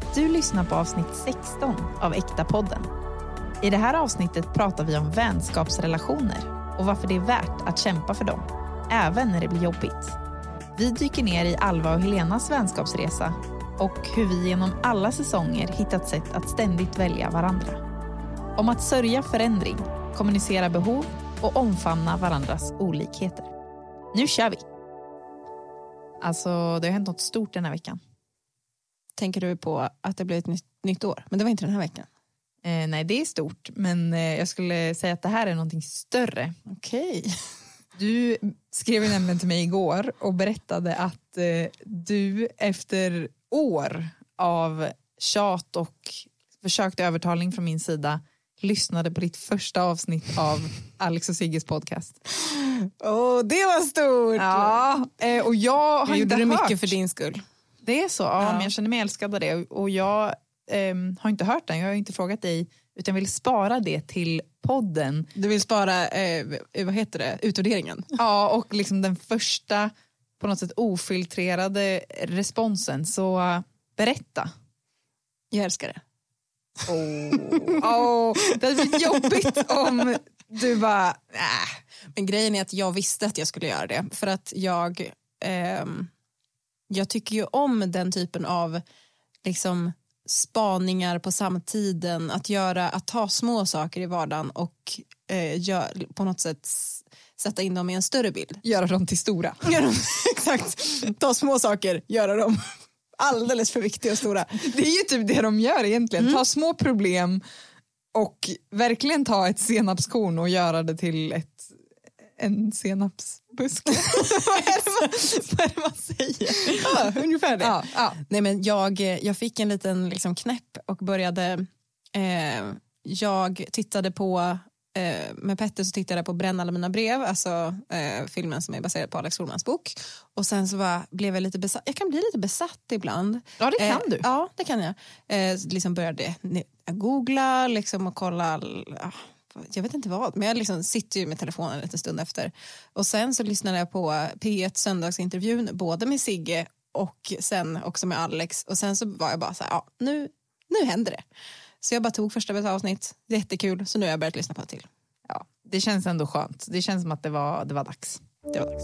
Du lyssnar på avsnitt 16 av Äkta-podden. I det här avsnittet pratar vi om vänskapsrelationer och varför det är värt att kämpa för dem, även när det blir jobbigt. Vi dyker ner i Alva och Helenas vänskapsresa och hur vi genom alla säsonger hittat sätt att ständigt välja varandra. Om att sörja förändring, kommunicera behov och omfamna varandras olikheter. Nu kör vi! Alltså, det har hänt något stort den här veckan. Tänker du på att det blir ett nytt år? Men det var inte den här veckan. Nej, det är stort. Men jag skulle säga att det här är någonting större. Okej. Du skrev ju nämligen till mig igår och berättade att du efter år av tjat och försökt övertalning från min sida lyssnade på ditt första avsnitt av Alex och Sigges podcast. Det var stort! Ja, och jag har inte hört. mycket för din skull. Det är så, ja. Men jag känner mig älskad av det. Och jag har inte hört den, jag har inte frågat dig, utan vill spara det till podden. Du vill spara, vad heter det, utvärderingen? Ja, och liksom den första på något sätt ofiltrerade responsen. Så berätta. Jag älskar det. Det hade blivit jobbigt om du bara... Men grejen är att jag visste att jag skulle göra det. För att jag tycker ju om den typen av liksom spaningar på samtiden. Att ta små saker i vardagen och på något sätt sätta in dem i en större bild. Göra dem till stora. Exakt. Ta små saker, göra dem alldeles för viktiga och stora. Det är ju typ det de gör egentligen. Ta små problem och verkligen ta ett senapskorn och göra det till en senapsbusk. Vad är det man säger? Ja, ungefär det. Ja. Nej, men jag fick en liten liksom knäpp och började... jag tittade på... med Petter så tittade jag på Bränn alla mina brev, alltså filmen som är baserad på Alex Schulmans bok. Och sen så blev jag lite besatt. Jag kan bli lite besatt ibland. Ja, det kan du. Ja, det kan jag. Liksom började googla liksom, och kolla... jag vet inte vad, men jag liksom sitter ju med telefonen en liten stund efter. Och sen så lyssnade jag på P1 söndagsintervjun, både med Sigge och sen också med Alex. Och sen så var jag bara så här, nu händer det. Så jag bara tog första avsnitt, jättekul, så nu har jag börjat lyssna på det till. Ja, det känns ändå skönt. Det känns som att det var dags. Det var dags.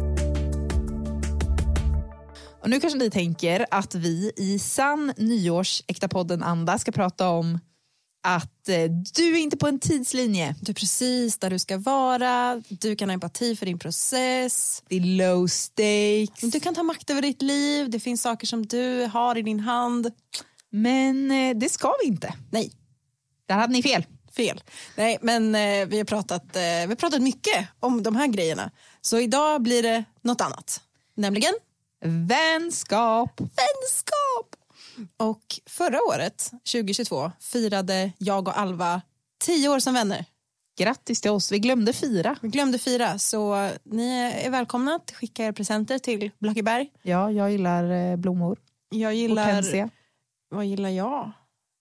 Och nu kanske ni tänker att vi i sann nyårs-Äkta-podden-anda ska prata om att du är inte på en tidslinje. Du är precis där du ska vara. Du kan ha empati för din process. Det är low stakes. Du kan ta makt över ditt liv. Det finns saker som du har i din hand. Men det ska vi inte. Nej. Där hade ni fel. Nej, men vi har pratat mycket om de här grejerna. Så idag blir det något annat. Nämligen? Vänskap. Och förra året, 2022, firade jag och Alva 10 år som vänner. Grattis till oss, vi glömde fira. Så ni är välkomna att skicka er presenter till Blackeberg. Ja, jag gillar blommor. Jag gillar... Hortensia. Vad gillar jag?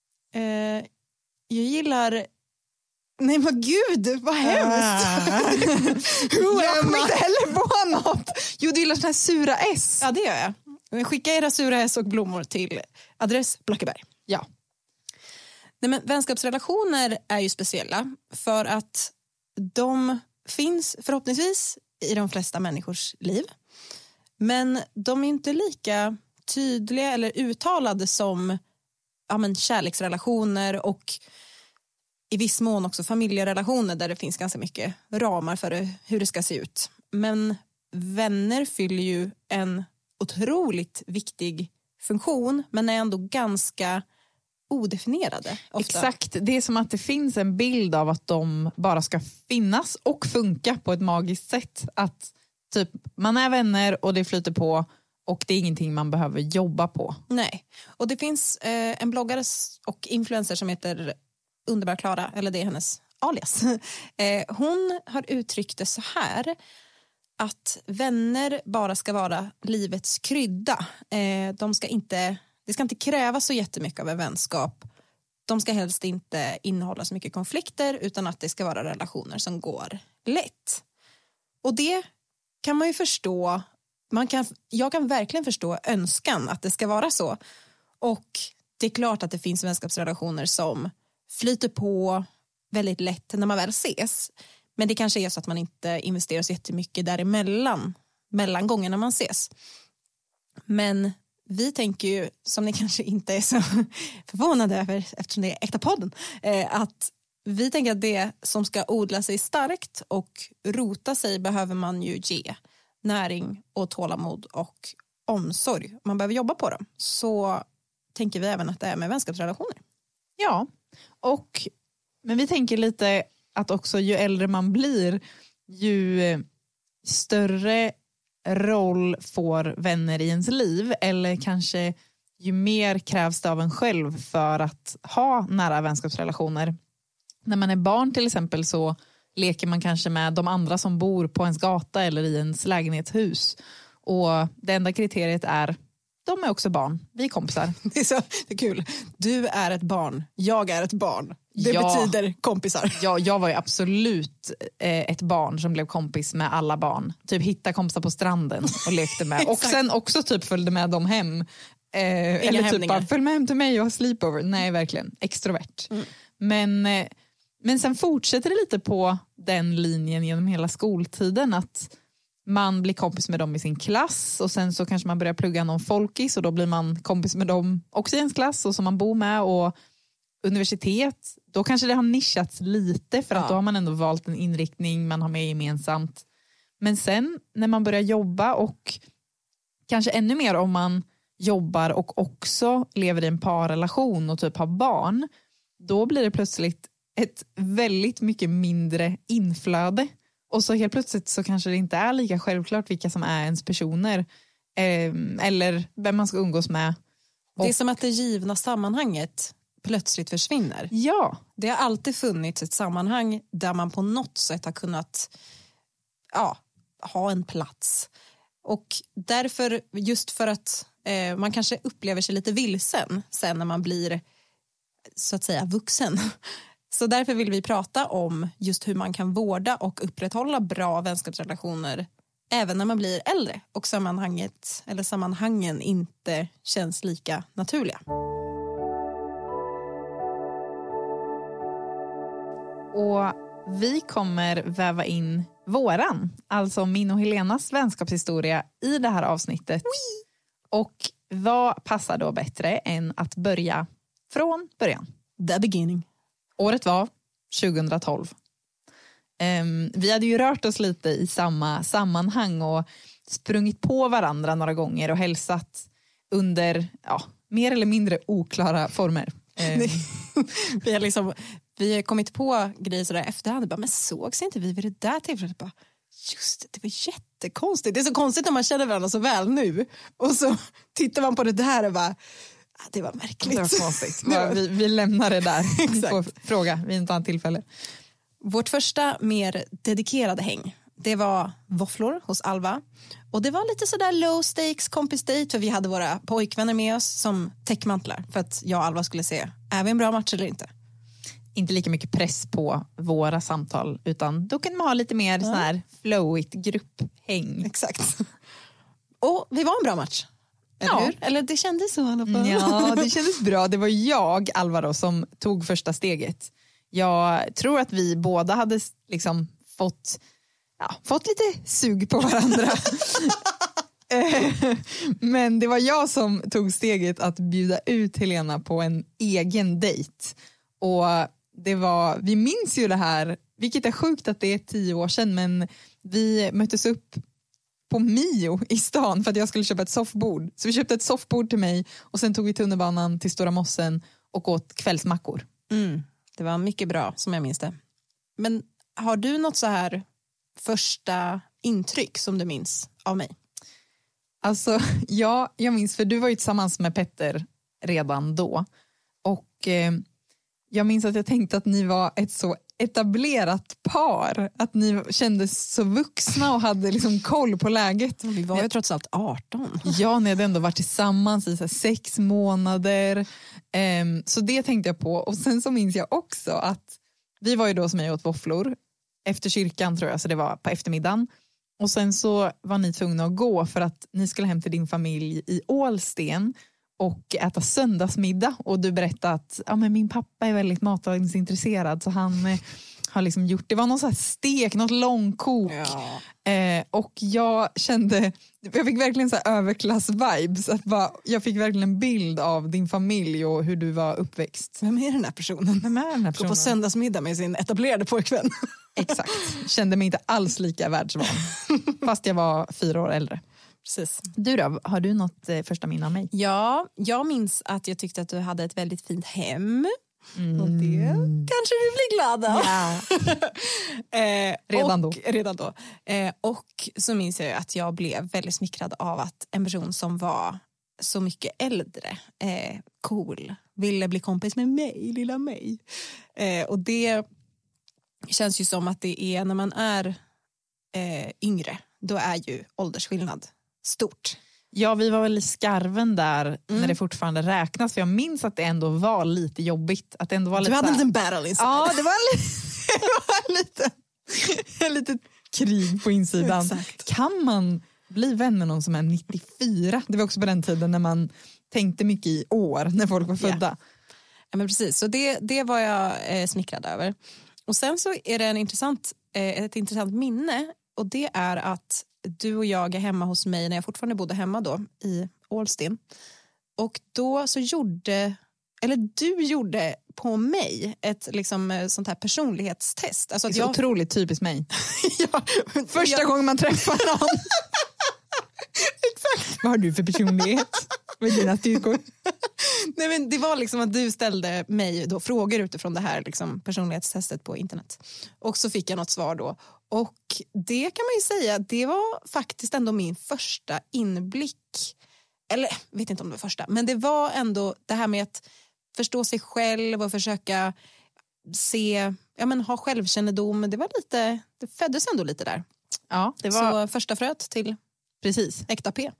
Jag gillar... Nej men gud, vad hemskt! Jag kommer inte heller på något. Jo, du gillar såna här sura S. Ja, det gör jag. Skicka era sura S och blommor till adress Blackeberg. Ja. Nej, men vänskapsrelationer är ju speciella för att de finns förhoppningsvis i de flesta människors liv. Men de är inte lika tydliga eller uttalade som kärleksrelationer och i viss mån också familjerelationer där det finns ganska mycket ramar för hur det ska se ut. Men vänner fyller ju en otroligt viktig funktion men är ändå ganska odefinierade ofta. Exakt, det är som att det finns en bild av att de bara ska finnas och funka på ett magiskt sätt. Att typ man är vänner och det flyter på och det är ingenting man behöver jobba på. Nej, och det finns en bloggare och influencer som heter Underbar Klara, eller det är hennes alias. Hon har uttryckt det så här, att vänner bara ska vara livets krydda. Det ska inte kräva så jättemycket av en vänskap. De ska helst inte innehålla så mycket konflikter utan att det ska vara relationer som går lätt. Och det kan man ju förstå. Jag kan verkligen förstå önskan att det ska vara så. Och det är klart att det finns vänskapsrelationer som flyter på väldigt lätt när man väl ses. Men det kanske är så att man inte investerar så jättemycket däremellan, mellan gångerna man ses. Men vi tänker ju, som ni kanske inte är så förvånade över eftersom det är Äkta podden, att vi tänker att det som ska odla sig starkt och rota sig behöver man ju ge näring och tålamod och omsorg. Man behöver jobba på dem. Så tänker vi även att det är med vänskapsrelationer. Ja, men vi tänker lite att också ju äldre man blir, ju större roll får vänner i ens liv, eller kanske ju mer krävs det av en själv för att ha nära vänskapsrelationer. När man är barn till exempel så leker man kanske med de andra som bor på ens gata eller i ens lägenhetshus. Och det enda kriteriet är, de är också barn, vi är kompisar. Det är kul. Du är ett barn, jag är ett barn. Det betyder kompisar. Ja, jag var ju absolut ett barn som blev kompis med alla barn. Typ hitta kompisar på stranden och lekte med. Och sen också typ följde med dem hem. Eller typ bara, följ med hem till mig och ha sleepover. Nej, verkligen. Extrovert. Men sen fortsätter det lite på den linjen genom hela skoltiden, att man blir kompis med dem i sin klass och sen så kanske man börjar plugga någon folkis och då blir man kompis med dem också i ens klass och som man bor med. Och universitet, då kanske det har nischats lite för att då har man ändå valt en inriktning man har med gemensamt. Men sen när man börjar jobba och kanske ännu mer om man jobbar och också lever i en parrelation och typ har barn, då blir det plötsligt ett väldigt mycket mindre inflöde. Och så helt plötsligt så kanske det inte är lika självklart vilka som är ens personer eller vem man ska umgås med. Det är som att det givna sammanhanget plötsligt försvinner. Ja. Det har alltid funnits ett sammanhang där man på något sätt har kunnat ha en plats. Och därför, just för att man kanske upplever sig lite vilsen sen när man blir så att säga vuxen. Så därför vill vi prata om just hur man kan vårda och upprätthålla bra vänskapsrelationer även när man blir äldre och sammanhangen inte känns lika naturliga. Och vi kommer väva in våran, alltså min och Helenas vänskapshistoria i det här avsnittet. Oui. Och vad passar då bättre än att börja från början? The beginning. Året var 2012. Vi hade ju rört oss lite i samma sammanhang och sprungit på varandra några gånger och hälsat under mer eller mindre oklara former. Vi har kommit på grejer sådär efterhand. Men sågs inte vi vid det där tillfället? Bara, just det var jättekonstigt. Det är så konstigt när man känner varandra så väl nu. Och så tittar man på det där och bara, det var märkligt. Det var konstigt. Vi lämnar det där. Exakt. Fråga vid ett annat tillfälle. Vårt första mer dedikerade häng, det var våfflor hos Alva. Och det var lite sådär low stakes kompisdate, för vi hade våra pojkvänner med oss som täckmantlar. För att jag och Alva skulle se, är vi en bra match eller inte? Inte lika mycket press på våra samtal, utan då kan man ha lite mer sån här flowigt grupphäng. Exakt. Och vi var en bra match. Eller hur? Eller det kändes så i alla fall. Ja, det kändes bra. Det var jag, Alvaro, som tog första steget. Jag tror att vi båda hade liksom fått lite sug på varandra. Men det var jag som tog steget att bjuda ut Helena på en egen dejt. Och vi minns ju det här, vilket är sjukt att det är 10 år sedan, men vi möttes upp på Mio i stan för att jag skulle köpa ett soffbord. Så vi köpte ett soffbord till mig och sen tog vi tunnelbanan till Stora Mossen och åt kvällsmackor. Det var mycket bra som jag minns det. Men har du något så här första intryck som du minns av mig? Alltså, ja, jag minns, för du var ju tillsammans med Petter redan då. Och jag minns att jag tänkte att ni var ett så etablerat par. Att ni kändes så vuxna och hade liksom koll på läget. Vi var ju trots allt 18. Ja, ni hade ändå varit tillsammans i 6 månader. Så det tänkte jag på. Och sen så minns jag också att vi var ju då som jag åt våfflor efter kyrkan, tror jag, så det var på eftermiddagen. Och sen så var ni tvungna att gå för att ni skulle hem till din familj i Ålsten. och äta söndagsmiddag. Och du berättade att men min pappa är väldigt matlagningsintresserad, så han har liksom gjort, det var någon sån här stek, något långkok. Ja. Och jag fick verkligen så här överklass-vibes. Jag fick verkligen en bild av din familj och hur du var uppväxt. Vem är den här personen? Gå på söndagsmiddag med sin etablerade pojkvän. Exakt. Kände mig inte alls lika världsvan. Fast jag var 4 år äldre. Precis. Du då, har du något första minne av mig? Ja, jag minns att jag tyckte att du hade ett väldigt fint hem. Och det kanske du blir glad av. Ja. Redan då. Och så minns jag att jag blev väldigt smickrad av att en person som var så mycket äldre, cool, ville bli kompis med mig, lilla mig. Och det känns ju som att det är när man är yngre, då är ju åldersskillnad stort. Ja, vi var väl i skarven där när det fortfarande räknas. För jag minns att det ändå var lite jobbigt. Att det ändå var du lite hade en liten battle inside. Ja, det var en liten krig på insidan. Exakt. Kan man bli vän med någon som är 94? Det var också på den tiden när man tänkte mycket i år, när folk var födda. Yeah. Ja, men precis. Så det var jag smickrad över. Och sen så är det ett intressant minne. Och det är att du och jag är hemma hos mig när jag fortfarande bodde hemma då i Ålsten. Och då så du gjorde på mig ett liksom sånt här personlighetstest. Alltså att det är så otroligt typiskt mig. Ja, Första gången man träffar någon. Exakt. Vad har du för personlighet? Vad är dina styrkor? Nej, men det var liksom att du ställde mig då frågor utifrån det här liksom personlighetstestet på internet. Och så fick jag något svar då. Och det kan man ju säga, det var faktiskt ändå min första inblick. Eller, jag vet inte om det var första. Men det var ändå det här med att förstå sig själv och försöka ha självkännedom. Det föddes ändå lite där. Ja, det var så första fröet till precis äkta P.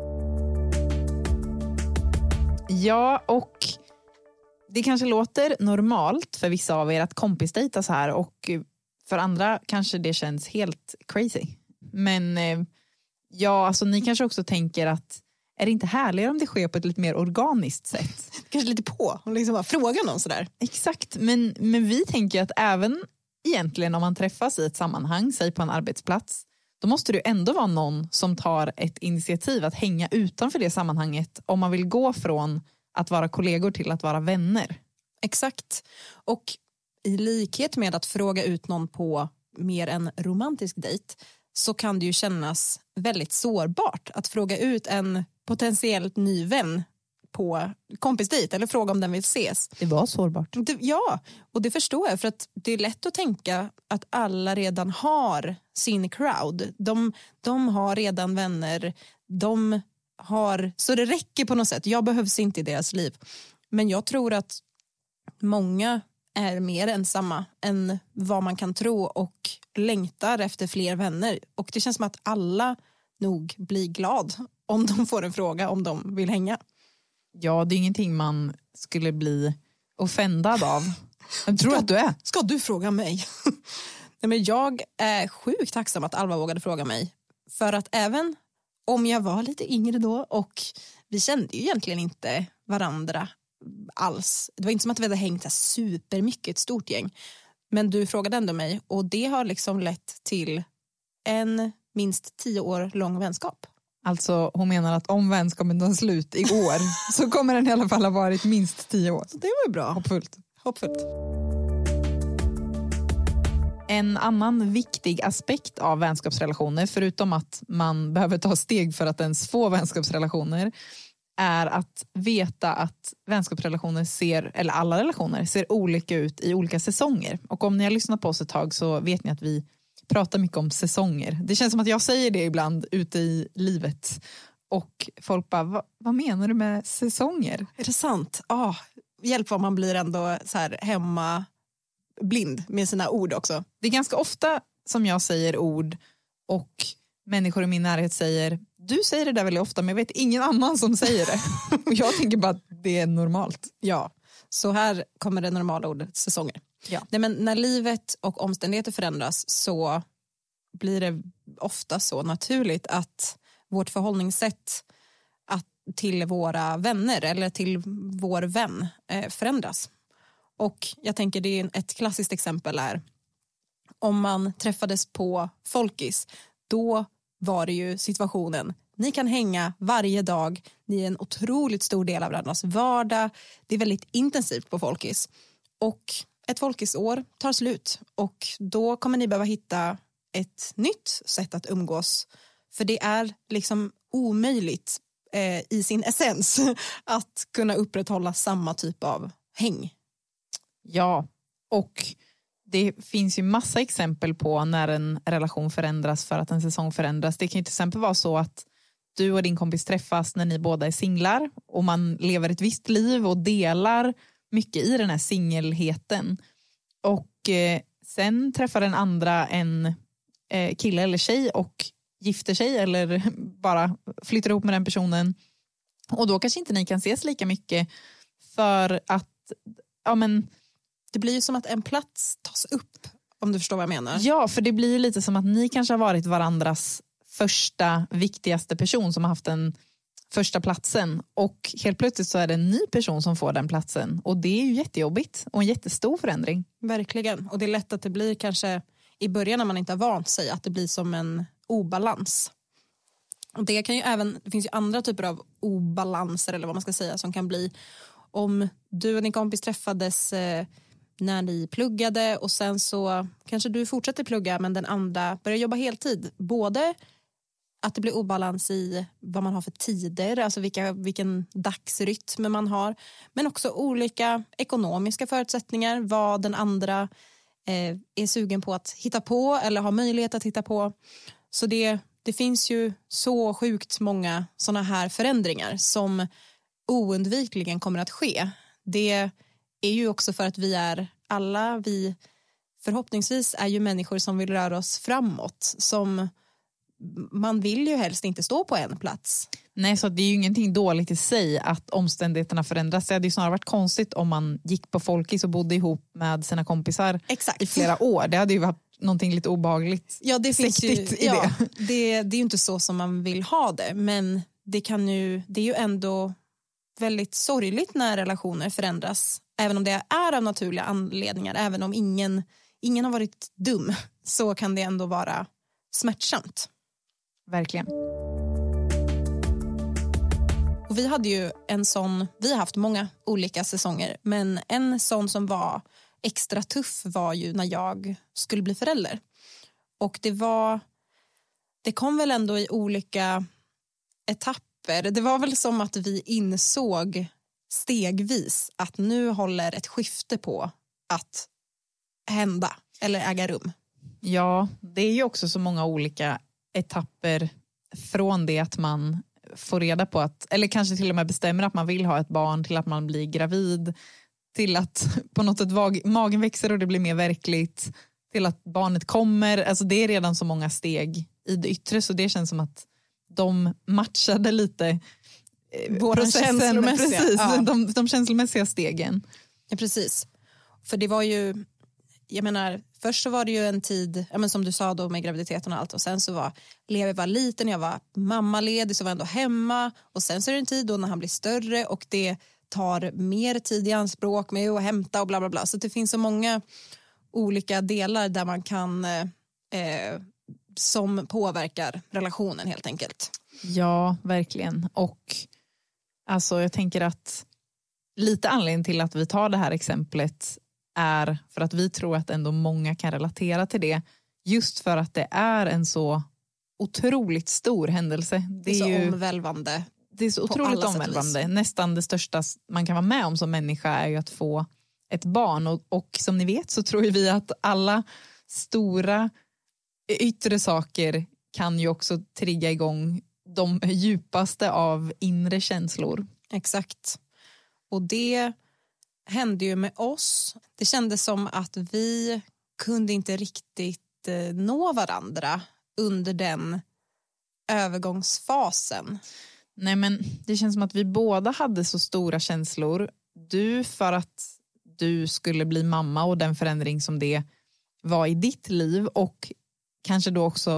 Ja, och det kanske låter normalt för vissa av er att kompisdejta så här, och för andra kanske det känns helt crazy. Men alltså ni kanske också tänker att är det inte härligare om det sker på ett lite mer organiskt sätt? Kanske lite på och liksom bara fråga någon sådär. Exakt, men vi tänker att även egentligen om man träffas i ett sammanhang, säg på en arbetsplats, då måste det ju ändå vara någon som tar ett initiativ att hänga utanför det sammanhanget om man vill gå från att vara kollegor till att vara vänner. Exakt. Och i likhet med att fråga ut någon på mer en romantisk dejt så kan det ju kännas väldigt sårbart att fråga ut en potentiellt ny vän på kompisdejt eller fråga om den vill ses. Det var sårbart. Ja, och det förstår jag för att det är lätt att tänka att alla redan har sin crowd. De har redan vänner. Så det räcker på något sätt. Jag behövs inte i deras liv. Men jag tror att många är mer ensamma än vad man kan tro och längtar efter fler vänner. Och det känns som att alla nog blir glad om de får en fråga om de vill hänga. Ja, det är ingenting man skulle bli offendad av. Jag tror att du är. Ska du fråga mig? Nej, men jag är sjukt tacksam att Alva vågade fråga mig. För att även om jag var lite yngre då och vi kände ju egentligen inte varandra alls. Det var inte som att vi hade hängt supermycket, ett stort gäng. Men du frågade ändå mig och det har liksom lett till en minst 10 år lång vänskap. Alltså hon menar att om vänskapen tar slut igår så kommer den i alla fall ha varit minst 10 år. Så det var ju bra. Hoppfullt. Hoppfullt. En annan viktig aspekt av vänskapsrelationer, förutom att man behöver ta steg för att ens få vänskapsrelationer, är att veta att vänskapsrelationer eller alla relationer ser olika ut i olika säsonger. Och om ni har lyssnat på oss ett tag så vet ni att vi pratar mycket om säsonger. Det känns som att jag säger det ibland ute i livet. Och folk bara, vad menar du med säsonger? Är det sant? Hjälp vad man blir ändå så här hemma blind med sina ord också. Det är ganska ofta som jag säger ord och människor i min närhet säger, du säger det där väldigt ofta men jag vet ingen annan som säger det. Och jag tänker bara att det är normalt. Ja, så här kommer det normala ordet säsonger. Ja. Nej, men när livet och omständigheter förändras så blir det ofta så naturligt att vårt förhållningssätt att till våra vänner eller till vår vän förändras. Och jag tänker det är ett klassiskt exempel är om man träffades på Folkis, då var det ju situationen. Ni kan hänga varje dag, ni är en otroligt stor del av varandras vardag. Det är väldigt intensivt på Folkis. Och ett Folkisår tar slut och då kommer ni behöva hitta ett nytt sätt att umgås. För det är liksom omöjligt i sin essens att kunna upprätthålla samma typ av häng. Ja, och det finns ju massa exempel på när en relation förändras för att en säsong förändras. Det kan ju till exempel vara så att du och din kompis träffas när ni båda är singlar och man lever ett visst liv och delar mycket i den här singelheten. Och sen träffar den andra en kille eller tjej och gifter sig eller bara flyttar ihop med den personen. Och då kanske inte ni kan ses lika mycket för att det blir ju som att en plats tas upp, om du förstår vad jag menar. Ja, för det blir ju lite som att ni kanske har varit varandras första, viktigaste person som har haft den första platsen. Och helt plötsligt så är det en ny person som får den platsen. Och det är ju jättejobbigt och en jättestor förändring. Verkligen. Och det är lätt att det blir kanske i början när man inte har vant sig att det blir som en obalans. Och det kan ju även, det finns ju andra typer av obalanser eller vad man ska säga som kan bli om du och din kompis träffades när ni pluggade och sen så kanske du fortsätter plugga men den andra börjar jobba heltid. Både att det blir obalans i vad man har för tider, alltså vilken dagsrytm man har, men också olika ekonomiska förutsättningar, vad den andra är sugen på att hitta på eller har möjlighet att hitta på. Så det finns ju så sjukt många såna här förändringar som oundvikligen kommer att ske. Det är ju också för att vi förhoppningsvis är ju människor som vill röra oss framåt, som man vill ju helst inte stå på en plats. Nej, så det är ju ingenting dåligt i sig att omständigheterna förändras. Det hade ju snarare varit konstigt om man gick på Folkis och bodde ihop med sina kompisar i flera år. Det hade ju varit någonting lite obehagligt. Ja, det finns ju, det är ju inte så som man vill ha det, men det är ju ändå väldigt sorgligt när relationer förändras. Även om det är av naturliga anledningar, även om ingen har varit dum, så kan det ändå vara smärtsamt. Verkligen. Och vi har haft många olika säsonger, men en sån som var extra tuff var ju när jag skulle bli förälder. Och det kom väl ändå i olika etapper. Det var väl som att vi insåg stegvis att nu håller ett skifte på att hända eller äga rum. Ja, det är ju också så många olika etapper från det att man får reda på att, eller kanske till och med bestämmer att man vill ha ett barn, till att man blir gravid, till att på något sätt magen växer och det blir mer verkligt, till att barnet kommer. Alltså det är redan så många steg i det yttre, så det känns som att de matchade lite våra känslomässiga. Precis, ja. de känslomässiga stegen. Ja, precis. För det var ju, jag menar, först så var det ju en tid, som du sa då med graviditeten och allt, och sen så Levi var liten, jag var mammaledig så var jag ändå hemma, och sen så är det en tid då när han blir större och det tar mer tid i anspråk med att hämta och bla bla bla. Så det finns så många olika delar där man kan som påverkar relationen helt enkelt. Ja, verkligen. Och alltså jag tänker att lite anledning till att vi tar det här exemplet är för att vi tror att ändå många kan relatera till det, just för att det är en så otroligt stor händelse. Det är så omvälvande. Det är så otroligt omvälvande. Nästan det största man kan vara med om som människa är ju att få ett barn. Och som ni vet så tror vi att alla stora yttre saker kan ju också trigga igång de djupaste av inre känslor. Exakt. Och det hände ju med oss. Det kändes som att vi kunde inte riktigt nå varandra under den övergångsfasen. Nej, men det känns som att vi båda hade så stora känslor. Du för att du skulle bli mamma och den förändring som det var i ditt liv, och kanske då också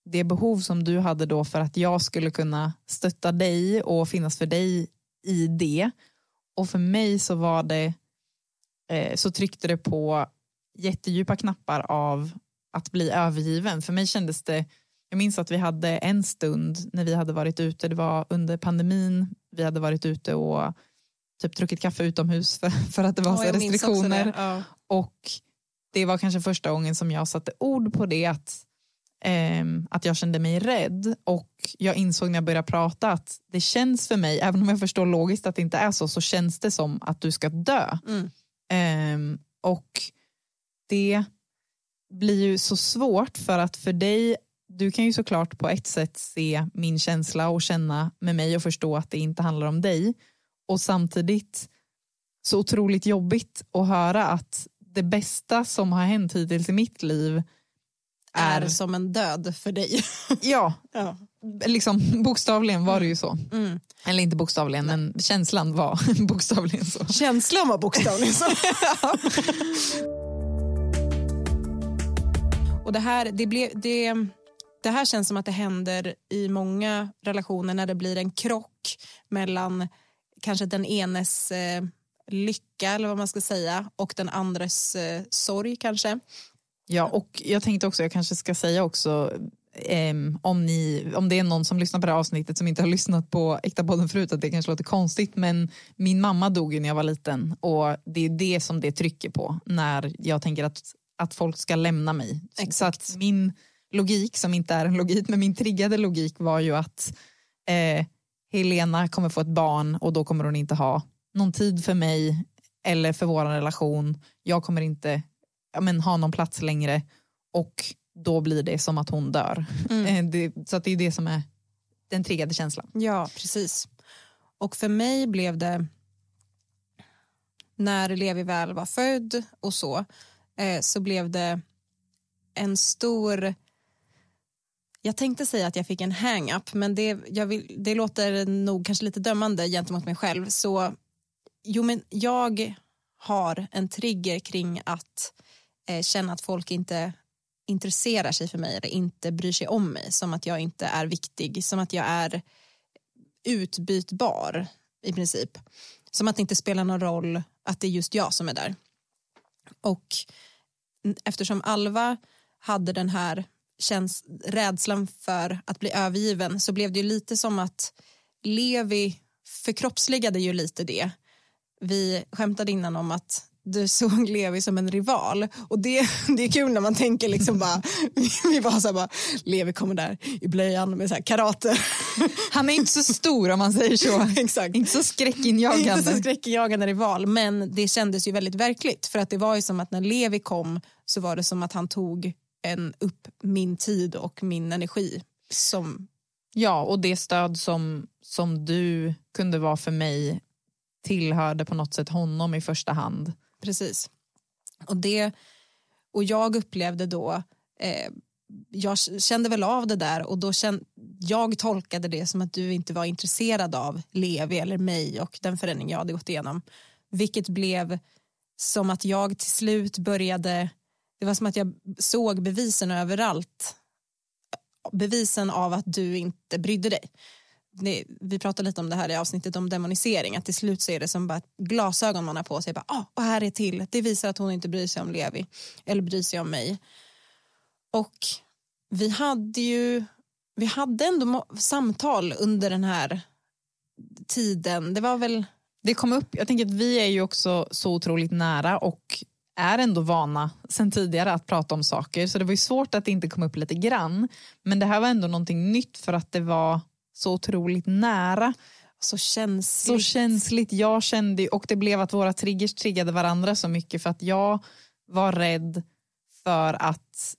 det behov som du hade då för att jag skulle kunna stötta dig och finnas för dig i det. Och för mig så var det, så tryckte det på jättedjupa knappar av att bli övergiven. För mig kändes det, jag minns att vi hade en stund när vi hade varit ute, det var under pandemin, vi hade varit ute och typ druckit kaffe utomhus för att det var så restriktioner. Ja. Och det var kanske första gången som jag satte ord på det, att jag kände mig rädd. Och jag insåg när jag började prata att det känns för mig, även om jag förstår logiskt att det inte är så känns det som att du ska dö. Och det blir ju så svårt för att för dig, du kan ju såklart på ett sätt se min känsla och känna med mig och förstå att det inte handlar om dig. Och samtidigt så otroligt jobbigt att höra att det bästa som har hänt hittills i mitt liv är som en död för dig. Ja, liksom bokstavligen var det ju så. Eller inte bokstavligen, men känslan var bokstavligen så. Känslan var bokstavligen så. Och det här känns som att det händer i många relationer när det blir en krock mellan kanske den enes lycka eller vad man ska säga och den andres sorg kanske. Ja, och jag tänkte också, jag kanske ska säga också om det är någon som lyssnar på det här avsnittet som inte har lyssnat på Äkta podden förut, att det kanske låter konstigt, men min mamma dog ju när jag var liten och det är det som det trycker på när jag tänker att folk ska lämna mig. Exakt. Så att min logik, som inte är en logik, men min triggade logik var ju att Helena kommer få ett barn och då kommer hon inte ha någon tid för mig eller för vår relation. Jag kommer inte ha någon plats längre och då blir det som att hon dör. Så att det är det som är den triggade känslan. Ja, precis. Och för mig blev det, när Levi väl var född och så blev det en stor, jag tänkte säga att jag fick en hang-up, men det låter nog kanske lite dömande gentemot mig själv. Så men jag har en trigger kring att känna att folk inte intresserar sig för mig eller inte bryr sig om mig, som att jag inte är viktig, som att jag är utbytbar i princip, som att det inte spelar någon roll att det är just jag som är där. Och eftersom Alva hade den här rädslan för att bli övergiven, så blev det ju lite som att Levi förkroppsligade ju lite det. Vi skämtade innan om att du såg Levi som en rival, och det är kul när man tänker liksom bara, vi var så här bara, Levi kommer där i blöjan med så här karate. Han är inte så stor om man säger så. Exakt. Inte så skräckinjagande. Inte så skräckinjagande rival, men det kändes ju väldigt verkligt, för att det var ju som att när Levi kom så var det som att han tog upp min tid och min energi som... Ja, och det stöd som du kunde vara för mig tillhörde på något sätt honom i första hand. Precis. Och jag upplevde då, jag kände väl av det där, och då jag tolkade det som att du inte var intresserad av Levi eller mig och den förändring jag hade gått igenom. Vilket blev som att jag till slut började, det var som att jag såg bevisen överallt. Bevisen av att du inte brydde dig. Vi pratade lite om det här i avsnittet om demonisering, att till slut så är det som bara glasögon man har på sig, bara, och här är till, det visar att hon inte bryr sig om Levi eller bryr sig om mig. Och vi hade ändå samtal under den här tiden. Det kom upp, jag tänker att vi är ju också så otroligt nära och är ändå vana sen tidigare att prata om saker, så det var ju svårt att det inte kom upp lite grann, men det här var ändå någonting nytt för att det var så otroligt nära. Så känsligt. Jag kände, och det blev att våra triggers triggade varandra så mycket, för att jag var rädd för att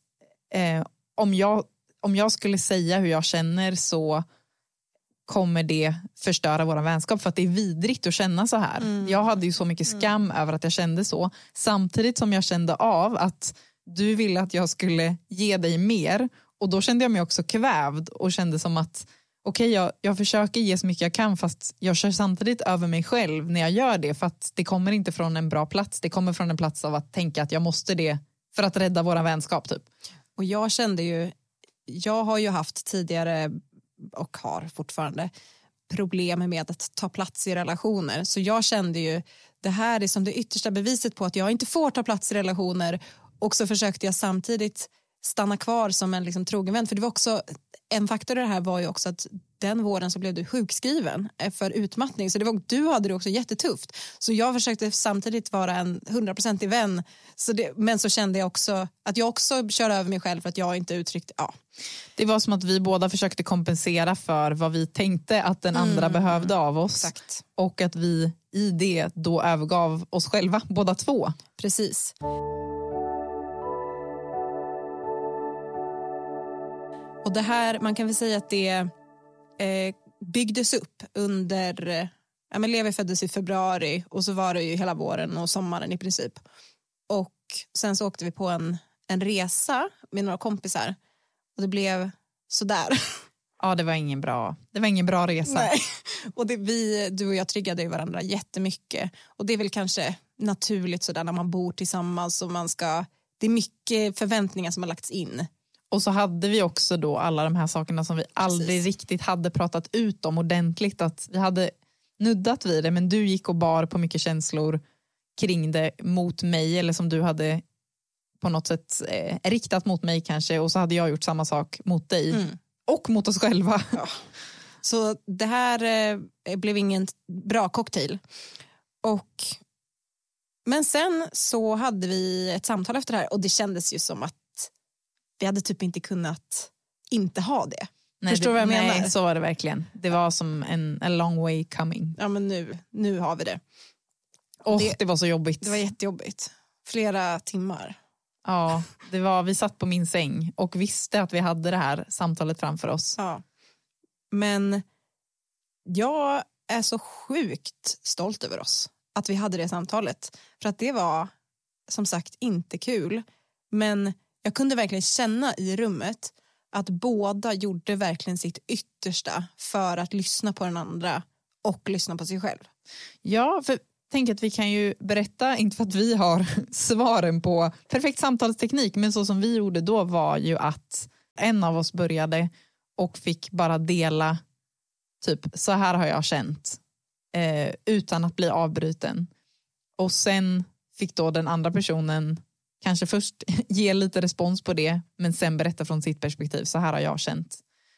om jag skulle säga hur jag känner så kommer det förstöra vår vänskap, för att det är vidrigt att känna så här. Jag hade ju så mycket skam över att jag kände så, samtidigt som jag kände av att du ville att jag skulle ge dig mer, och då kände jag mig också kvävd och kände som att okej, jag försöker ge så mycket jag kan, fast jag kör samtidigt över mig själv när jag gör det, för att det kommer inte från en bra plats, det kommer från en plats av att tänka att jag måste det för att rädda våra vänskap typ. Och jag kände ju jag har ju haft tidigare och har fortfarande problem med att ta plats i relationer. Så jag kände ju, det här är som det yttersta beviset på att jag inte får ta plats i relationer. Och så försökte jag samtidigt stanna kvar som en liksom trogen vän. För det var också, en faktor i det här var ju också att den våren så blev du sjukskriven för utmattning. Så du hade det också jättetufft. Så jag försökte samtidigt vara en 100% vän. Men så kände jag också att jag också kör över mig själv för att jag inte uttryckte, ja. Det var som att vi båda försökte kompensera för vad vi tänkte att den andra behövde av oss. Exakt. Och att vi i det då övergav oss själva, båda två. Precis. Och det här, man kan väl säga att det byggdes upp under, Levi föddes i februari och så var det ju hela våren och sommaren i princip. Och sen så åkte vi på en resa med några kompisar och det blev sådär. Ja, det var ingen bra resa. Nej. Och du och jag triggade ju varandra jättemycket. Och det är väl kanske naturligt sådär när man bor tillsammans och det är mycket förväntningar som har lagts in. Och så hade vi också då alla de här sakerna som vi aldrig riktigt hade pratat ut om ordentligt. Att vi hade nuddat vid det, men du gick och bar på mycket känslor kring det mot mig. Eller som du hade på något sätt riktat mot mig kanske. Och så hade jag gjort samma sak mot dig. Mm. Och mot oss själva. Ja. Så det här blev ingen bra cocktail. Men sen så hade vi ett samtal efter det här. Och det kändes ju som att vi hade typ inte kunnat inte ha det. Nej, förstår du vad jag menar? Nej, så var det verkligen. Det var som en long way coming. Ja, men nu har vi det. Och det var så jobbigt. Det var jättejobbigt. Flera timmar. Ja, vi satt på min säng och visste att vi hade det här samtalet framför oss. Ja. Men jag är så sjukt stolt över oss. Att vi hade det samtalet. För att det var som sagt inte kul. Men jag kunde verkligen känna i rummet att båda gjorde verkligen sitt yttersta för att lyssna på den andra och lyssna på sig själv. Ja, för tänk att vi kan ju berätta, inte för att vi har svaren på perfekt samtalsteknik, men så som vi gjorde då var ju att en av oss började och fick bara dela typ, så här har jag känt utan att bli avbruten. Och sen fick då den andra personen kanske först ge lite respons på det, men sen berätta från sitt perspektiv. Så här har jag känt.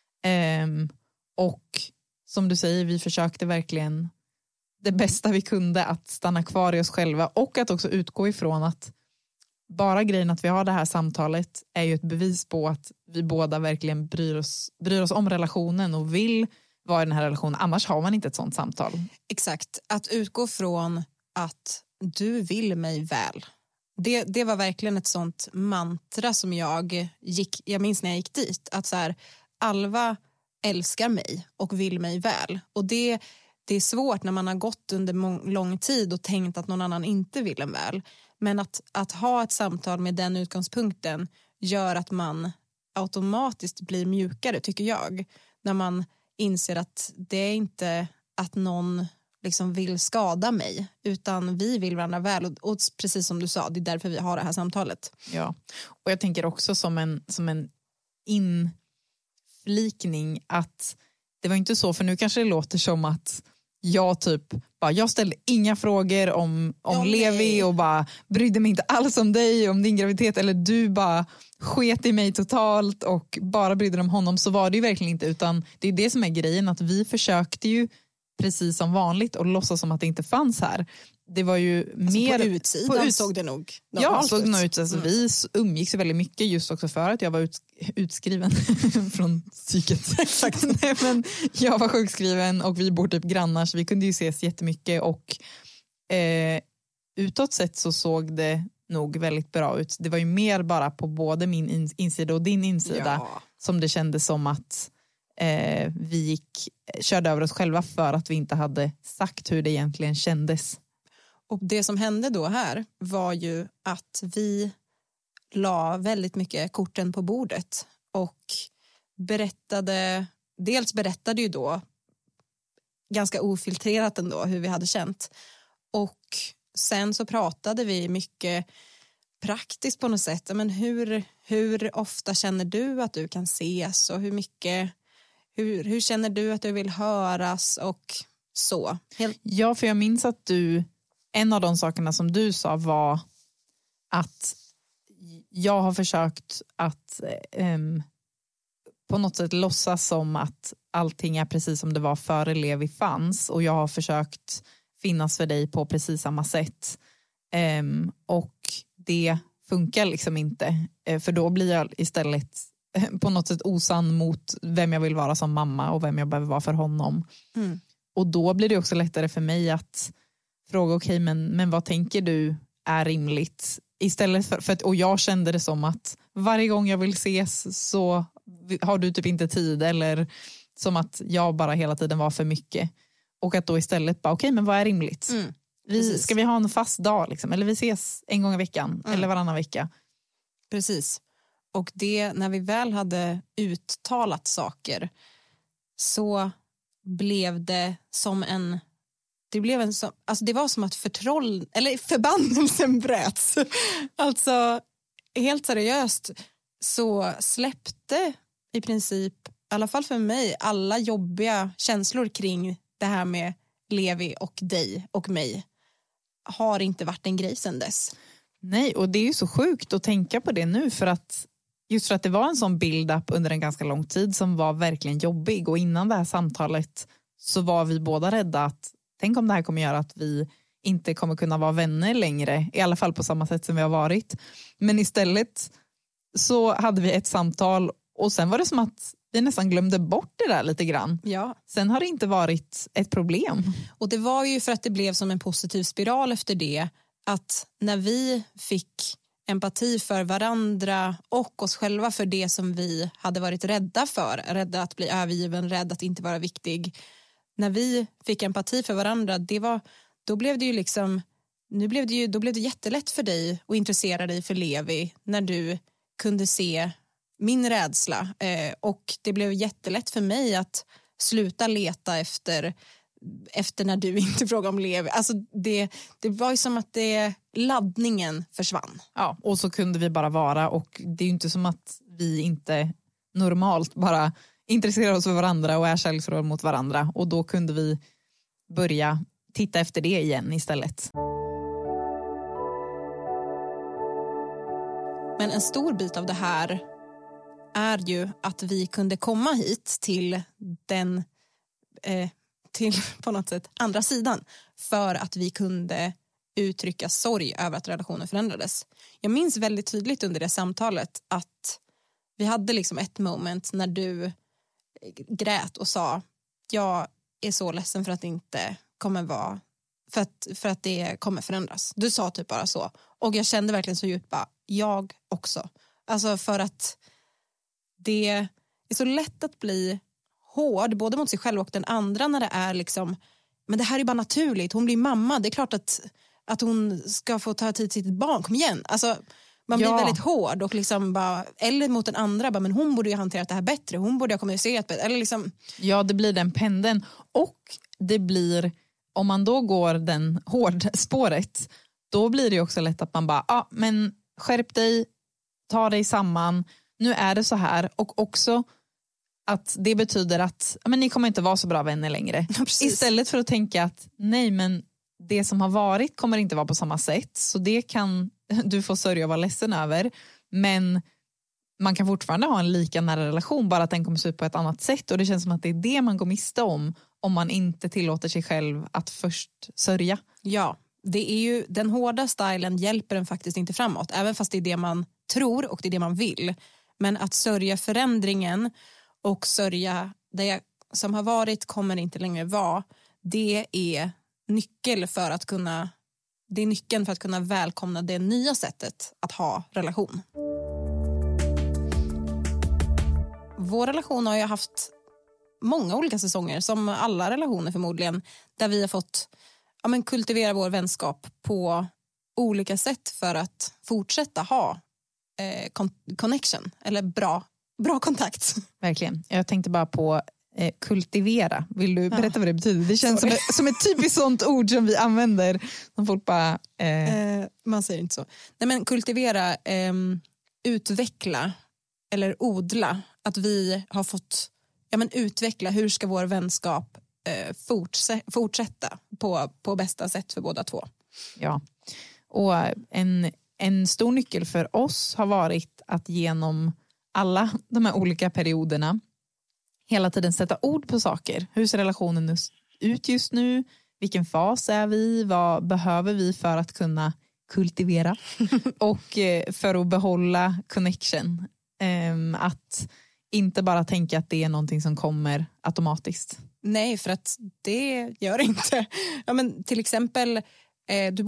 Och som du säger, vi försökte verkligen det bästa vi kunde att stanna kvar i oss själva och att också utgå ifrån att bara grejen att vi har det här samtalet är ju ett bevis på att vi båda verkligen bryr oss om relationen och vill vara i den här relationen. Annars har man inte ett sånt samtal. Exakt. Att utgå från att du vill mig väl. Det var verkligen ett sånt mantra som jag minns när jag gick dit. Att så här, Alva älskar mig och vill mig väl. Och det är svårt när man har gått under lång tid och tänkt att någon annan inte vill en väl. Men att ha ett samtal med den utgångspunkten gör att man automatiskt blir mjukare, tycker jag. När man inser att det är inte att någon liksom vill skada mig, utan vi vill varandra väl. Och precis som du sa, det är därför vi har det här samtalet. Ja, och jag tänker också som en inflikning att det var inte så, för nu kanske det låter som att jag ställde inga frågor om Levi och bara brydde mig inte alls om dig, om din graviditet, eller du bara sket i mig totalt och bara brydde dig om honom. Så var det ju verkligen inte, utan det är det som är grejen, att vi försökte ju precis som vanligt och låtsas som att det inte fanns här. Det var ju mer... På utsidan såg det nog såg nog ut. Alltså, vi umgicks väldigt mycket just också för att jag var utskriven från psyket. Exakt. Nej, men jag var sjukskriven och vi bor typ grannar, så vi kunde ju ses jättemycket och utåt sett så såg det nog väldigt bra ut. Det var ju mer bara på både min insida och din insida som det kändes som att vi körde över oss själva för att vi inte hade sagt hur det egentligen kändes. Och det som hände då här var ju att vi la väldigt mycket korten på bordet och berättade ju då ganska ofiltrerat ändå hur vi hade känt. Och sen så pratade vi mycket praktiskt på något sätt. Men hur ofta känner du att du kan ses och hur känner du att du vill höras och så? Ja, för jag minns att en av de sakerna som du sa var att jag har försökt att på något sätt låtsas som att allting är precis som det var före Levi fanns, och jag har försökt finnas för dig på precis samma sätt. Och det funkar liksom inte, för då blir jag istället på något sätt osann mot vem jag vill vara som mamma och vem jag behöver vara för honom. Och då blir det också lättare för mig att fråga okej, men vad tänker du är rimligt? Istället för att, och jag kände det som att varje gång jag vill ses så har du typ inte tid, eller som att jag bara hela tiden var för mycket. Och att då istället bara okej, men vad är rimligt? Ska vi ha en fast dag liksom? Eller vi ses en gång i veckan eller varannan vecka? Precis. Och det, när vi väl hade uttalat saker så blev det som en... Det var som att förbannelsen bröts. Alltså, helt seriöst så släppte i princip, i alla fall för mig, alla jobbiga känslor kring det här med Levi och dig och mig har inte varit en grej sedan dess. Nej, och det är ju så sjukt att tänka på det nu, för att just för att det var en sån build-up under en ganska lång tid som var verkligen jobbig, och innan det här samtalet så var vi båda rädda att tänk om det här kommer göra att vi inte kommer kunna vara vänner längre, i alla fall på samma sätt som vi har varit. Men istället så hade vi ett samtal, och sen var det som att vi nästan glömde bort det där lite grann. Ja. Sen har det inte varit ett problem. Och det var ju för att det blev som en positiv spiral efter det, att när vi fick empati för varandra och oss själva för det som vi hade varit rädda för, rädda att bli övergiven, rädda att inte vara viktig. När vi fick empati för varandra, då blev det ju liksom, då blev det jättelätt för dig att intressera dig för Levi när du kunde se min rädsla, och det blev jättelätt för mig att sluta leta efter när du inte frågade om Levi. Alltså det var ju som att laddningen försvann. Ja, och så kunde vi bara vara, och det är ju inte som att vi inte normalt bara intresserar oss för varandra och är kärleksfulla mot varandra, och då kunde vi börja titta efter det igen istället. Men en stor bit av det här är ju att vi kunde komma hit till till på något sätt andra sidan, för att vi kunde uttrycka sorg över att relationen förändrades. Jag minns väldigt tydligt under det samtalet att vi hade liksom ett moment när du grät och sa, jag är så ledsen för att det inte kommer vara, för att det kommer förändras. Du sa typ bara så, och jag kände verkligen så djupt bara, jag också. Alltså för att det är så lätt att bli hård både mot sig själv och den andra när det är liksom, men det här är bara naturligt, hon blir mamma, det är klart att hon ska få ta tid till sitt barn, kom igen. Alltså man blir väldigt hård och liksom bara, eller mot den andra bara, men hon borde ju hanterat det här bättre, hon borde ha kommunicerat bättre, eller liksom. Ja, det blir den pendeln, och det blir, om man då går den hård spåret, då blir det ju också lätt att man bara, men skärp dig, ta dig samman, nu är det så här, och också att det betyder att men ni kommer inte vara så bra vänner längre. Ja, istället för att tänka att nej, men det som har varit kommer inte vara på samma sätt, så det kan du få sörja och vara ledsen över, men man kan fortfarande ha en lika nära relation, bara att den kommer se ut på ett annat sätt, och det känns som att det är det man går miste om man inte tillåter sig själv att först sörja. Ja, det är ju, den hårda stilen hjälper en faktiskt inte framåt, även fast det är det man tror och det är det man vill, men att sörja förändringen och sörja det som har varit kommer inte längre vara, det är nyckeln för att kunna välkomna det nya sättet att ha relation. Vår relation har ju haft många olika säsonger, som alla relationer förmodligen, där vi har fått kultivera vår vänskap på olika sätt för att fortsätta ha connection eller bra kontakt. Verkligen. Jag tänkte bara på kultivera. Vill du berätta vad det betyder? Det känns som ett typiskt sånt ord som vi använder. Som folk bara... Man säger inte så. Nej, men kultivera, utveckla eller odla. Att vi har fått utveckla. Hur ska vår vänskap fortsätta på bästa sätt för båda två? Ja, och en stor nyckel för oss har varit att genom alla de här olika perioderna hela tiden sätta ord på saker. Hur ser relationen ut just nu? Vilken fas är vi? Vad behöver vi för att kunna kultivera? Och för att behålla connection. Att inte bara tänka att det är någonting som kommer automatiskt. Nej, för att det gör det inte. Ja, men till exempel, du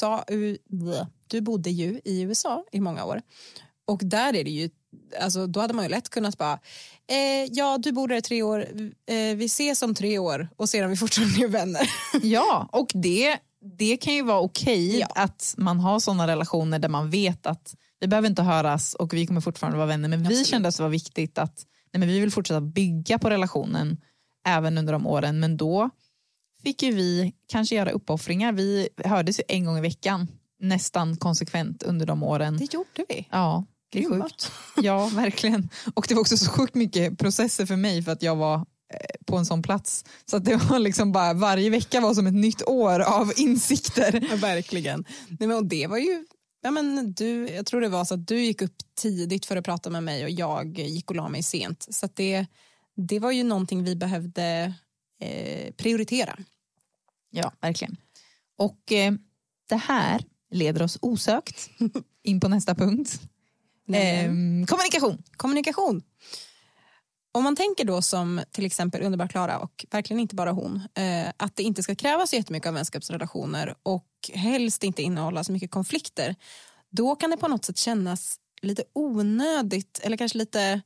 bodde ju i USA i många år. Och där är det ju, alltså, då hade man ju lätt kunnat bara, du bor där i 3 år, vi ses om 3 år och sedan vi fortfarande är vänner. Ja, och det kan ju vara okej att man har sådana relationer där man vet att vi behöver inte höras och vi kommer fortfarande vara vänner. Men vi kände att det var viktigt att vi vill fortsätta bygga på relationen även under de åren. Men då fick ju vi kanske göra uppoffringar. Vi hördes ju 1 gång i veckan nästan konsekvent under de åren. Det gjorde vi. Ja, det är sjukt. Ja, verkligen. Och det var också så sjukt mycket processer för mig för att jag var på en sån plats. Så att det var liksom bara, varje vecka var som ett nytt år av insikter. Ja, verkligen. Nej, men, och det var ju, jag tror det var så att du gick upp tidigt för att prata med mig och jag gick och la mig sent. Så att det var ju någonting vi behövde prioritera. Ja, verkligen. Och det här leder oss osökt in på nästa punkt. Kommunikation. Om man tänker då som till exempel Underbara Klara och verkligen inte bara hon, att det inte ska krävas jättemycket av vänskapsrelationer och helst inte innehålla så mycket konflikter, då kan det på något sätt kännas lite onödigt eller kanske lite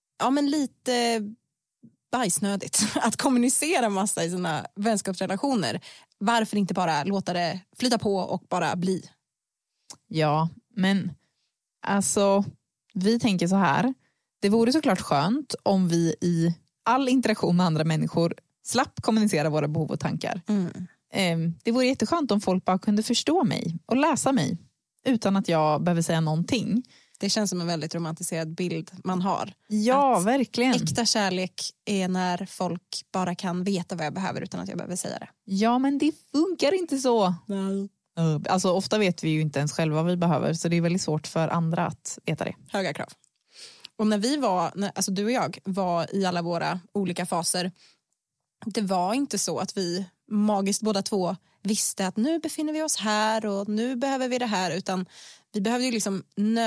bajsnödigt att kommunicera massa i sina vänskapsrelationer. Varför inte bara låta det flyta på och bara bli? Ja, men alltså vi tänker så här. Det vore såklart skönt om vi i all interaktion med andra människor slapp kommunicera våra behov och tankar. Det vore jätteskönt om folk bara kunde förstå mig och läsa mig utan att jag behöver säga någonting. Det känns som en väldigt romantiserad bild man har. Ja, att verkligen. Äkta kärlek är när folk bara kan veta vad jag behöver utan att jag behöver säga det. Ja, men det funkar inte så. Nej. Alltså ofta vet vi ju inte ens själva vad vi behöver, så det är väldigt svårt för andra att veta det. Höga krav. Och när du och jag var i alla våra olika faser, det var inte så att vi magiskt båda två visste att nu befinner vi oss här och nu behöver vi det här, utan vi behövde ju liksom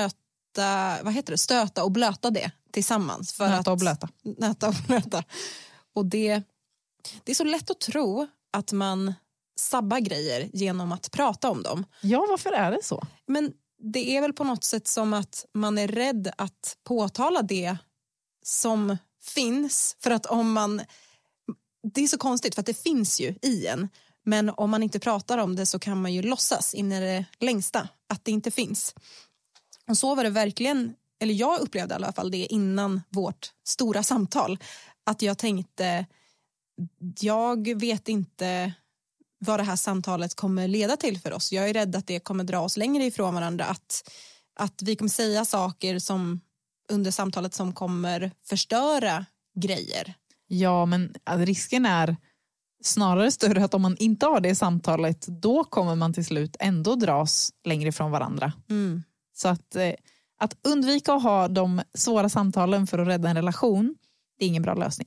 stöta och blöta det tillsammans. Nöta och blöta. Och det är så lätt att tro att man sabbar grejer genom att prata om dem. Ja, varför är det så? Men det är väl på något sätt som att man är rädd att påtala det som finns. För att det är så konstigt för att det finns ju i en. Men om man inte pratar om det så kan man ju låtsas in i det längsta att det inte finns. Och så var det verkligen, eller jag upplevde i alla fall det innan vårt stora samtal. Att jag tänkte, jag vet inte vad det här samtalet kommer leda till för oss. Jag är rädd att det kommer dra oss längre ifrån varandra. Att vi kommer säga saker som under samtalet som kommer förstöra grejer. Ja, men risken är snarare större att om man inte har det samtalet, då kommer man till slut ändå dras längre ifrån varandra. Så att undvika att ha de svåra samtalen för att rädda en relation, det är ingen bra lösning.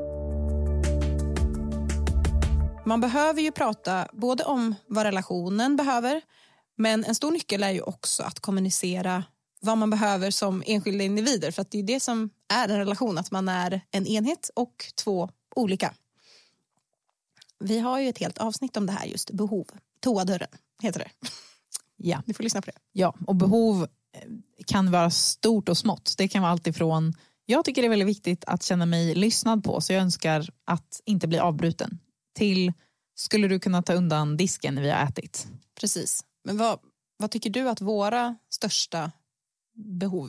Man behöver ju prata både om vad relationen behöver, men en stor nyckel är ju också att kommunicera vad man behöver som enskilda individer. För att det är det som är en relation, att man är en enhet och 2 olika. Vi har ju ett helt avsnitt om det här, just behov. Toadörren heter det. Ja. Ni får lyssna på det. Ja, och behov kan vara stort och smått. Det kan vara allt ifrån, jag tycker det är väldigt viktigt att känna mig lyssnad på, så jag önskar att inte bli avbruten, till, skulle du kunna ta undan disken när vi har ätit? Precis. Men vad tycker du att våra största behov är?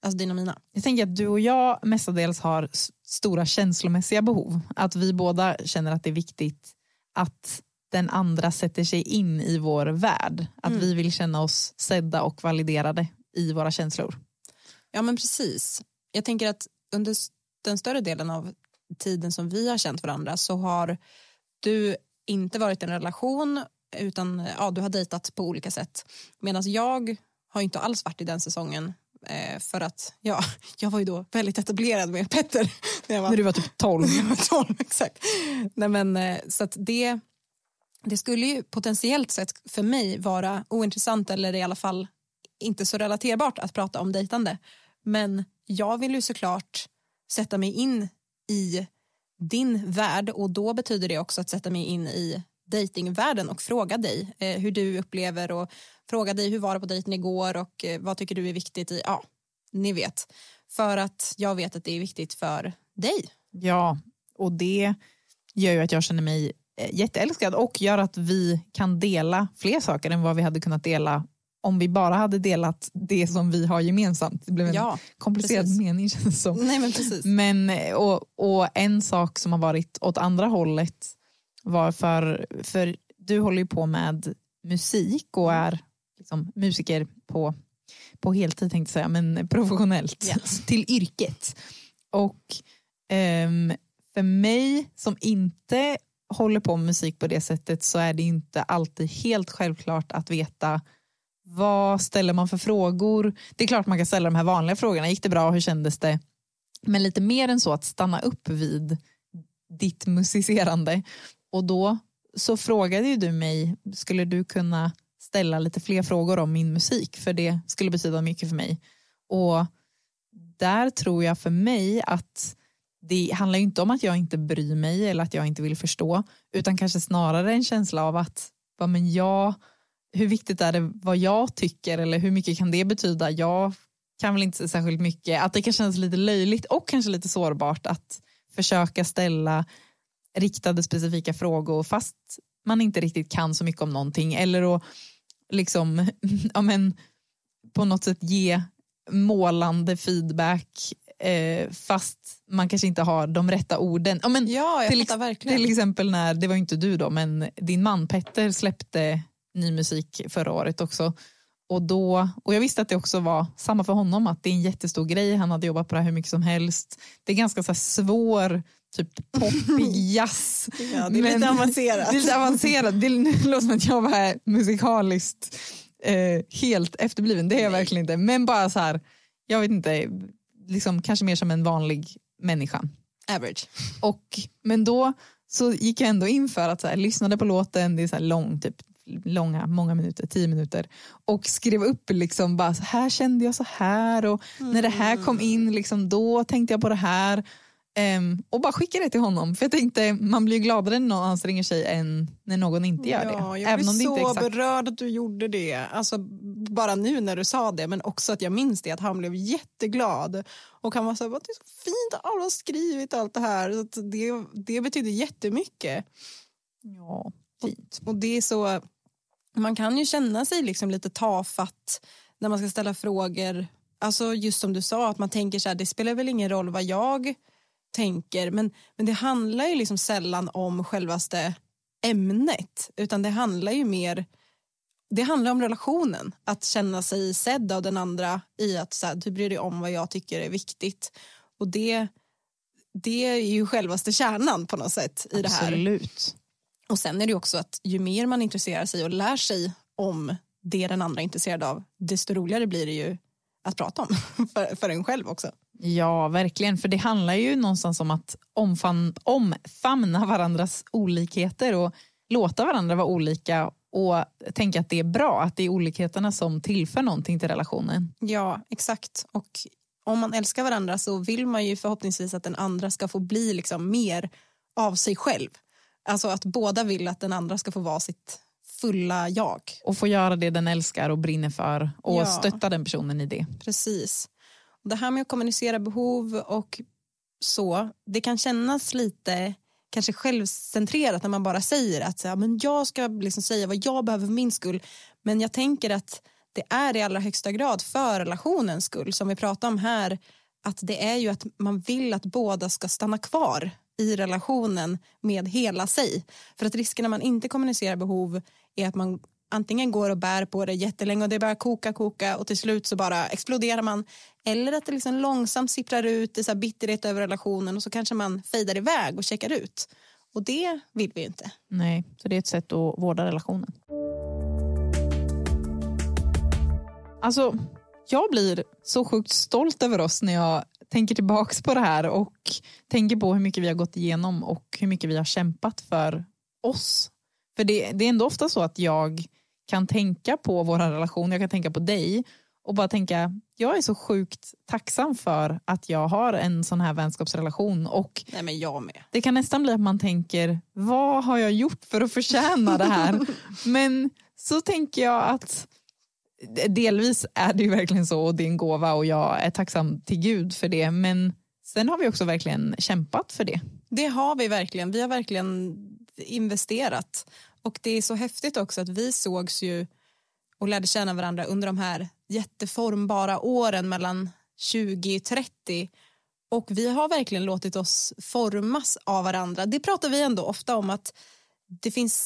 Alltså dina och mina. Jag tänker att du och jag mestadels har stora känslomässiga behov. Att vi båda känner att det är viktigt att den andra sätter sig in i vår värld. Att vi vill känna oss sedda och validerade i våra känslor. Ja, men precis. Jag tänker att under den större delen av tiden som vi har känt varandra så har du inte varit i en relation utan du har dejtat på olika sätt. Medan jag har inte alls varit i den säsongen för att jag var ju då väldigt etablerad med Petter. När du var typ 12. Jag var 12, exakt. Nej, men, så att det skulle ju potentiellt sett för mig vara ointressant eller i alla fall inte så relaterbart att prata om dejtande. Men jag vill ju såklart sätta mig in i din värld och då betyder det också att sätta mig in i dejtingvärlden och fråga dig hur du upplever och fråga dig hur var det på dejten igår och vad tycker du är viktigt i, ni vet. För att jag vet att det är viktigt för dig. Ja, och det gör ju att jag känner mig jätteälskad och gör att vi kan dela fler saker än vad vi hade kunnat dela om vi bara hade delat det som vi har gemensamt. Det blev en komplicerad mening känns det som. Nej, men precis. Men, och en sak som har varit åt andra hållet var för du håller ju på med musik och är liksom musiker på heltid tänkte jag säga, men professionellt till yrket. Och för mig som inte håller på med musik på det sättet så är det inte alltid helt självklart att veta vad ställer man för frågor. Det är klart man kan ställa de här vanliga frågorna. Gick det bra? Hur kändes det? Men lite mer än så att stanna upp vid ditt musicerande. Och då så frågade ju du mig, skulle du kunna ställa lite fler frågor om min musik? För det skulle betyda mycket för mig. Och där tror jag för mig att det handlar ju inte om att jag inte bryr mig eller att jag inte vill förstå. Utan kanske snarare en känsla av att hur viktigt är det vad jag tycker eller hur mycket kan det betyda? Jag kan väl inte säga särskilt mycket. Att det kan kännas lite löjligt och kanske lite sårbart att försöka ställa riktade specifika frågor fast man inte riktigt kan så mycket om någonting. Eller att liksom, på något sätt ge målande feedback fast man kanske inte har de rätta orden. Till exempel när, det var ju inte du då, men din man Petter släppte ny musik förra året också. Och jag visste att det också var samma för honom, att det är en jättestor grej. Han hade jobbat på det här hur mycket som helst. Det är ganska så här svår typ poppig jazz. Ja, det är lite avancerat. Det är lite avancerat. Det låter som att jag var musikaliskt helt efterbliven. Det är jag verkligen inte. Men bara så här, jag vet inte, liksom kanske mer som en vanlig människa. Average. Men då så gick jag ändå in för att så här, lyssnade på låten, det är så här många minuter, 10 minuter och skrev upp liksom bara så här kände jag så här och när det här kom in liksom då tänkte jag på det här och bara skickade det till honom för jag tänkte man blir gladare när någon anstränger sig än när någon inte gör det. Jag blir så berörd att du gjorde det, alltså bara nu när du sa det, men också att jag minns det att han blev jätteglad och han var så här, det är så fint att alla har skrivit allt det här, så att det betyder jättemycket. Ja, fint. Och det är så, man kan ju känna sig liksom lite tafatt när man ska ställa frågor. Alltså just som du sa, att man tänker så här, det spelar väl ingen roll vad jag tänker. Men det handlar ju liksom sällan om självaste ämnet. Utan det handlar ju mer, det handlar om relationen. Att känna sig sedd av den andra i att så här, du bryr dig om vad jag tycker är viktigt. Och det är ju självaste kärnan på något sätt i det här. Absolut. Och sen är det också att ju mer man intresserar sig och lär sig om det den andra är intresserad av, desto roligare blir det ju att prata om för en själv också. Ja, verkligen. För det handlar ju någonstans om att omfamna varandras olikheter och låta varandra vara olika och tänka att det är bra, att det är olikheterna som tillför någonting till relationen. Ja, exakt. Och om man älskar varandra så vill man ju förhoppningsvis att den andra ska få bli liksom mer av sig själv. Alltså att båda vill att den andra ska få vara sitt fulla jag. Och få göra det den älskar och brinner för. Och stötta den personen i det. Precis. Och det här med att kommunicera behov och så. Det kan kännas lite kanske självcentrerat när man bara säger att ja, men jag ska liksom säga vad jag behöver för min skull. Men jag tänker att det är i allra högsta grad för relationens skull, som vi pratar om här, att det är ju att man vill att båda ska stanna kvar i relationen med hela sig. För att risken när man inte kommunicerar behov är att man antingen går och bär på det jättelänge och det börjar koka och till slut så bara exploderar man. Eller att det liksom långsamt sipprar ut i så här bitterhet över relationen och så kanske man fejdar iväg och checkar ut. Och det vill vi ju inte. Nej, så det är ett sätt att vårda relationen. Alltså, jag blir så sjukt stolt över oss när jag tänker tillbaks på det här och tänker på hur mycket vi har gått igenom och hur mycket vi har kämpat för oss. För det är ändå ofta så att jag kan tänka på vår relation, jag kan tänka på dig och bara tänka, jag är så sjukt tacksam för att jag har en sån här vänskapsrelation. Och nej, men jag med. Det kan nästan bli att man tänker, vad har jag gjort för att förtjäna det här? Men så tänker jag att delvis är det ju verkligen så och det är en gåva och jag är tacksam till Gud för det. Men sen har vi också verkligen kämpat för det. Det har vi verkligen. Vi har verkligen investerat. Och det är så häftigt också att vi sågs ju och lärde känna varandra under de här jätteformbara åren mellan 20 och 30. Och vi har verkligen låtit oss formas av varandra. Det pratar vi ändå ofta om att det finns...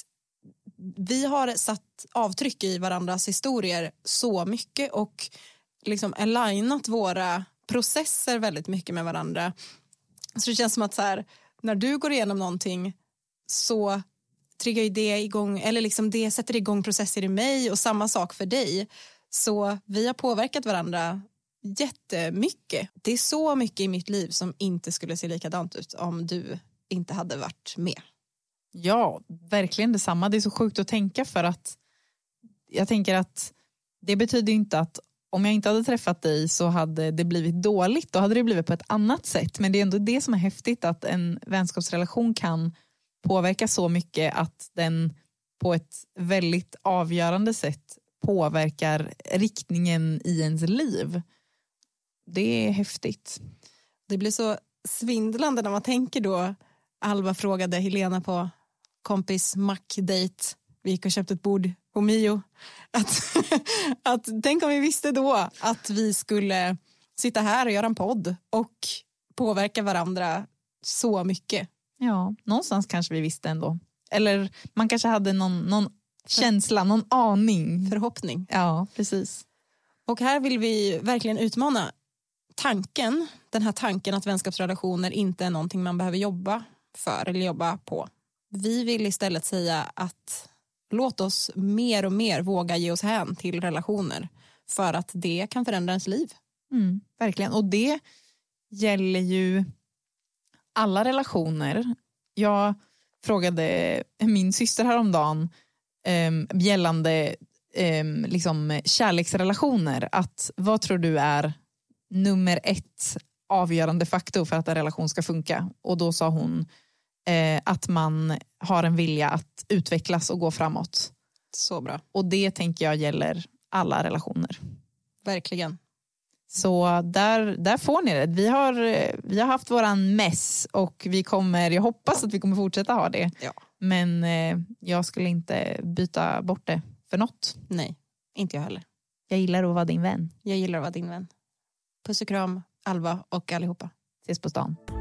Vi har satt avtryck i varandras historier så mycket och liksom alignat våra processer väldigt mycket med varandra. Så det känns som att så här, när du går igenom någonting så triggar ju det igång, eller liksom det sätter igång processer i mig och samma sak för dig. Så vi har påverkat varandra jättemycket. Det är så mycket i mitt liv som inte skulle se likadant ut om du inte hade varit med. Ja, verkligen detsamma. Det är så sjukt att tänka för att jag tänker att det betyder inte att om jag inte hade träffat dig så hade det blivit dåligt. Då hade det blivit på ett annat sätt. Men det är ändå det som är häftigt, att en vänskapsrelation kan påverka så mycket att den på ett väldigt avgörande sätt påverkar riktningen i ens liv. Det är häftigt. Det blir så svindlande när man tänker då. Alva frågade Helena på kompis Mac-date. Vi gick och köpte ett bord på Mio. Att tänk om vi visste då att vi skulle sitta här och göra en podd och påverka varandra så mycket. Ja, någonstans kanske vi visste ändå. Eller man kanske hade någon känsla, någon aning. Förhoppning. Ja, precis. Och här vill vi verkligen utmana den här tanken att vänskapsrelationer inte är någonting man behöver jobba för eller jobba på. Vi vill istället säga att låt oss mer och mer våga ge oss hän till relationer för att det kan förändra ens liv. Verkligen, och det gäller ju alla relationer. Jag frågade min syster häromdagen gällande liksom kärleksrelationer, att vad tror du är nummer 1 avgörande faktor för att en relation ska funka? Och då sa hon att man har en vilja att utvecklas och gå framåt. Så bra. Och det tänker jag gäller alla relationer. Verkligen. Så där får ni det. Vi har haft våran mess och jag hoppas att vi kommer fortsätta ha det. Ja. Men jag skulle inte byta bort det för något. Nej, inte jag heller. Jag gillar att vara din vän. Jag gillar att vara din vän. Puss och kram, Alva och allihopa. Ses på stan.